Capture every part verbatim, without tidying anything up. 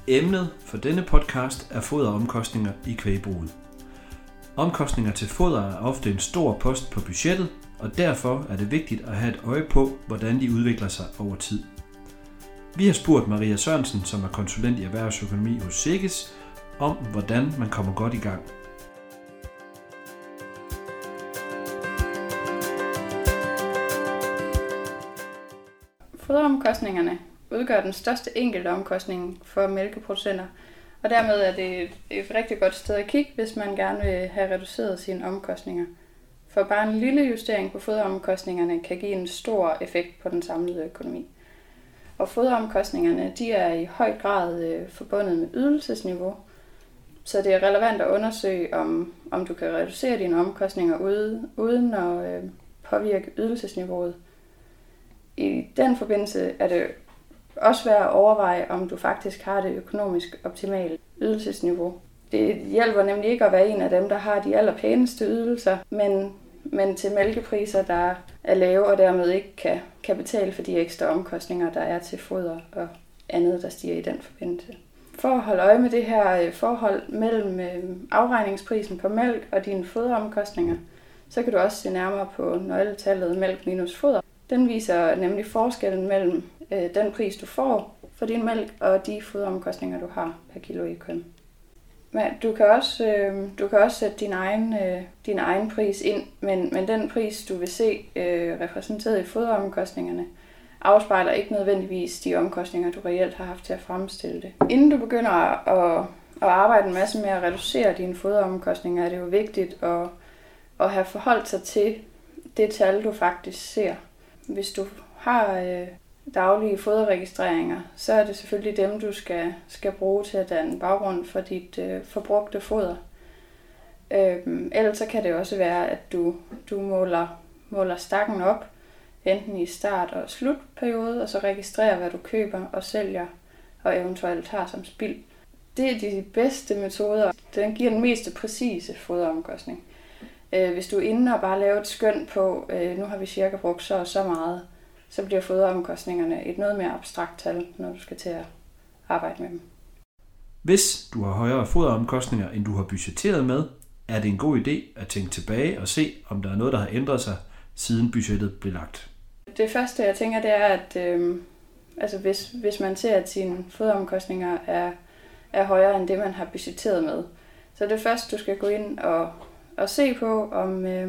Emnet for denne podcast er foderomkostninger i kvægbruget. Omkostninger til foder er ofte en stor post på budgettet, og derfor er det vigtigt at have et øje på, hvordan de udvikler sig over tid. Vi har spurgt Maria Sørensen, som er konsulent i erhvervsøkonomi hos SEGES, om hvordan man kommer godt i gang. Foderomkostningerne udgør den største enkelte omkostning for mælkeproducenter, og dermed er det et, et rigtig godt sted at kigge, hvis man gerne vil have reduceret sine omkostninger. For bare en lille justering på foderomkostningerne kan give en stor effekt på den samlede økonomi. Og foderomkostningerne de er i høj grad øh, forbundet med ydelsesniveau, så det er relevant at undersøge, om, om du kan reducere dine omkostninger uden, uden at øh, påvirke ydelsesniveauet. I den forbindelse er det også værd at overveje, om du faktisk har det økonomisk optimale ydelsesniveau. Det hjælper nemlig ikke at være en af dem, der har de allerpæneste ydelser, men, men til mælkepriser, der er lave og dermed ikke kan, kan betale for de ekstra omkostninger, der er til foder og andet, der stiger i den forbindelse. For at holde øje med det her forhold mellem afregningsprisen på mælk og dine foderomkostninger, så kan du også se nærmere på nøgletallet mælk minus foder. Den viser nemlig forskellen mellem øh, den pris, du får for din mælk, og de foderomkostninger, du har per kilo i køn. Men du kan også, øh, du kan også sætte din egen, øh, din egen pris ind, men, men den pris, du vil se øh, repræsenteret i foderomkostningerne, afspejler ikke nødvendigvis de omkostninger, du reelt har haft til at fremstille det. Inden du begynder at, at arbejde en masse med at reducere dine foderomkostninger, er det jo vigtigt at, at have forholdt sig til det tal, du faktisk ser. Hvis du har øh, daglige foderregistreringer, så er det selvfølgelig dem, du skal, skal bruge til at danne baggrund for dit øh, forbrugte foder. Øh, ellers så kan det også være, at du, du måler, måler stakken op, enten i start- og slutperiode, og så registrerer, hvad du køber og sælger, og eventuelt har som spild. Det er de bedste metoder. Den giver den mest præcise foderomkostning. Hvis du er inde og bare laver et skøn på, øh, nu har vi cirka brugt så og så meget, så bliver foderomkostningerne et noget mere abstrakt tal, når du skal til at arbejde med dem. Hvis du har højere foderomkostninger, end du har budgetteret med, er det en god idé at tænke tilbage og se, om der er noget, der har ændret sig, siden budgettet blev lagt. Det første, jeg tænker, det er, at øh, altså hvis, hvis man ser, at sine foderomkostninger er, er højere end det, man har budgetteret med, så det første, du skal gå ind og og se på, om, øh,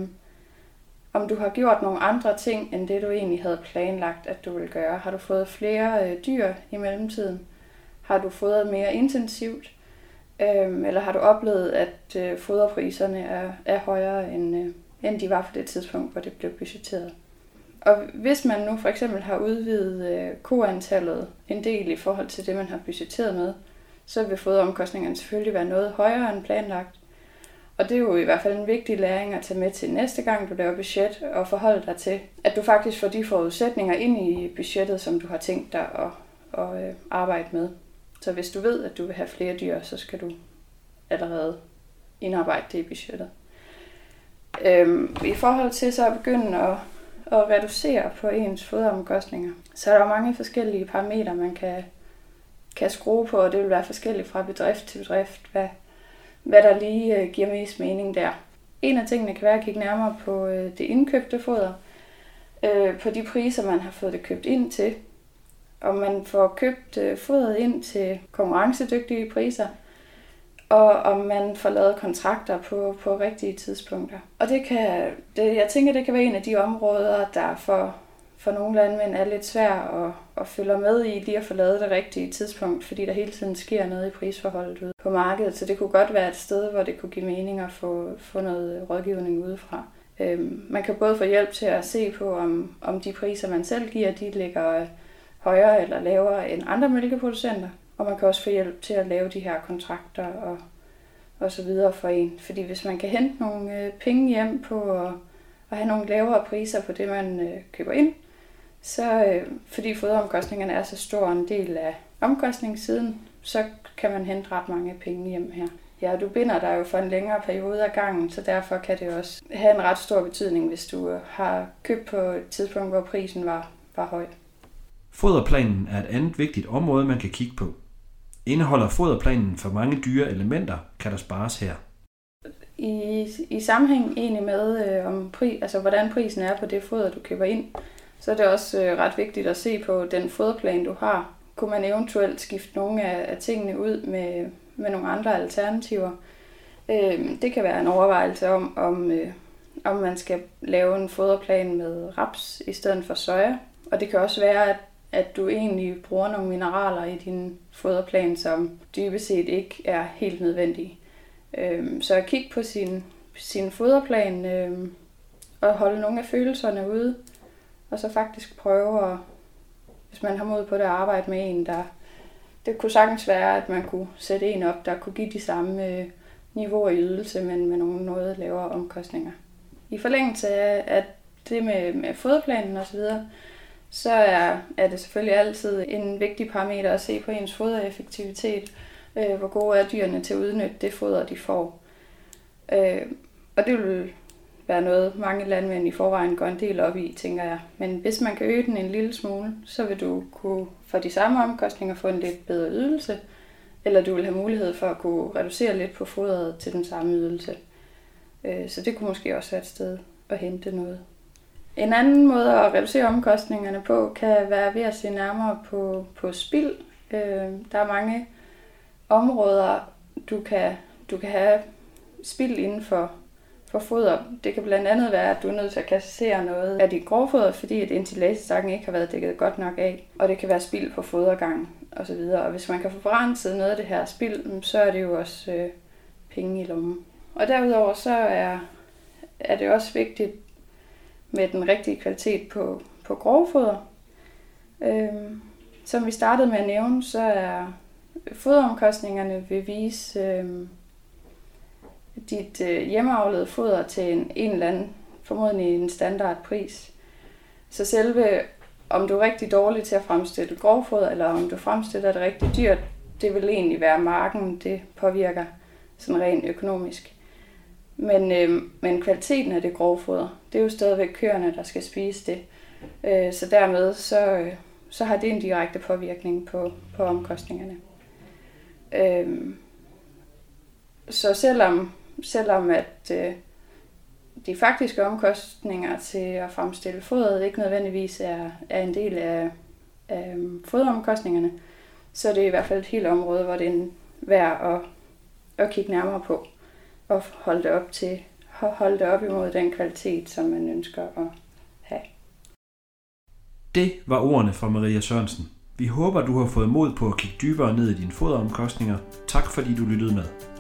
om du har gjort nogle andre ting, end det du egentlig havde planlagt, at du ville gøre. Har du fået flere øh, dyr i mellemtiden? Har du fodret mere intensivt? Øh, eller har du oplevet, at øh, foderpriserne er, er højere, end, øh, end de var på det tidspunkt, hvor det blev budgetteret? Og hvis man nu for eksempel har udvidet øh, koantallet en del i forhold til det, man har budgetteret med, så vil foderomkostningerne selvfølgelig være noget højere end planlagt. Og det er jo i hvert fald en vigtig læring at tage med til næste gang, du laver budget, og forholde dig til, at du faktisk får de forudsætninger ind i budgettet, som du har tænkt dig at, at, at arbejde med. Så hvis du ved, at du vil have flere dyr, så skal du allerede indarbejde det i budgettet. Øhm, I forhold til så at begynde at, at reducere på ens foderomkostninger, så er der mange forskellige parametre, man kan, kan skrue på, og det vil være forskelligt fra bedrift til bedrift, hvad hvad der lige øh, giver mest mening der. En af tingene kan være at kigge nærmere på øh, det indkøbte foder, øh, på de priser, man har fået det købt ind til. Om man får købt øh, fodret ind til konkurrencedygtige priser, og om man får lavet kontrakter på, på rigtige tidspunkter. Og det kan, det, jeg tænker, det kan være en af de områder, der for, for nogle landmænd er lidt svært at, at følge med i, lige at få lavet det rigtige tidspunkt, fordi der hele tiden sker noget i prisforholdet ude på markedet. Så det kunne godt være et sted, hvor det kunne give mening at få, få noget rådgivning udefra. Øhm, man kan både få hjælp til at se på, om, om de priser, man selv giver, de ligger højere eller lavere end andre mælkeproducenter. Og man kan også få hjælp til at lave de her kontrakter og, og så videre for en. Fordi hvis man kan hente nogle øh, penge hjem på at, at have nogle lavere priser på det, man øh, køber ind, så øh, fordi foderomkostningerne er så stor en del af omkostningssiden, så kan man hente ret mange penge hjem her. Ja, du binder dig jo for en længere periode af gangen, så derfor kan det også have en ret stor betydning, hvis du har købt på et tidspunkt, hvor prisen var, var høj. Foderplanen er et andet vigtigt område, man kan kigge på. Indeholder foderplanen for mange dyre elementer, kan der spares her. I, i sammenhæng egentlig med, øh, om pri, altså, hvordan prisen er på det foder, du køber ind, så er det også øh, ret vigtigt at se på den foderplan, du har. Kunne man eventuelt skifte nogle af, af tingene ud med, med nogle andre alternativer? Øh, det kan være en overvejelse om, om, øh, om man skal lave en foderplan med raps i stedet for soja. Og det kan også være, at, at du egentlig bruger nogle mineraler i din foderplan, som dybest set ikke er helt nødvendige. Øh, så at kigge på sin, sin foderplan øh, og holde nogle af følelserne ude, og så faktisk prøve at, hvis man har mod på det, at arbejde med en, der... Det kunne sagtens være, at man kunne sætte en op, der kunne give de samme øh, niveauer i ydelse, men med nogle noget lavere omkostninger. I forlængelse af at det med, med foderplanen osv., så er, er det selvfølgelig altid en vigtig parameter at se på ens fodereffektivitet. Øh, hvor gode er dyrene til at udnytte det foder, de får. Øh, og det vil være noget, mange landmænd i forvejen går en del op i, tænker jeg. Men hvis man kan øge den en lille smule, så vil du kunne for de samme omkostninger få en lidt bedre ydelse, eller du vil have mulighed for at kunne reducere lidt på fodret til den samme ydelse. Øh, så det kunne måske også være et sted at hente noget. En anden måde at reducere omkostningerne på, kan være ved at se nærmere på, på spild. Øh, der er mange områder, du kan, du kan have spild inden for, for foder. Det kan blandt andet være, at du er nødt til at kassere noget af dit grovfoder, fordi et ensilagestakken ikke har været dækket godt nok af. Og det kan være spild på fodergangen osv. Og hvis man kan få renset noget af det her spild, så er det jo også øh, penge i lommen. Og derudover så er, er det også vigtigt med den rigtige kvalitet på, på grovfoder. Øhm, som vi startede med at nævne, så er foderomkostningerne vil vise øh, dit øh, hjemmeavlede foder til en, en eller anden, formodentlig en standardpris. Så selve, om du er rigtig dårlig til at fremstille grovfoder, eller om du fremstiller det rigtig dyrt, det vil egentlig være marken, det påvirker sådan rent økonomisk. Men, øh, men kvaliteten af det grovfoder, det er jo stadigvæk køerne, der skal spise det. Øh, så dermed så, øh, så har det en direkte påvirkning på, på omkostningerne. Øhm, så selvom, selvom at øh, de faktiske omkostninger til at fremstille fodret ikke nødvendigvis er, er en del af, af foderomkostningerne, så er det i hvert fald et helt område, hvor det er værd at, at kigge nærmere på og holde det op til holde det op imod den kvalitet, som man ønsker at have. Det var ordene fra Maria Sørensen. Vi håber, du har fået mod på at kigge dybere ned i dine foderomkostninger. Tak fordi du lyttede med.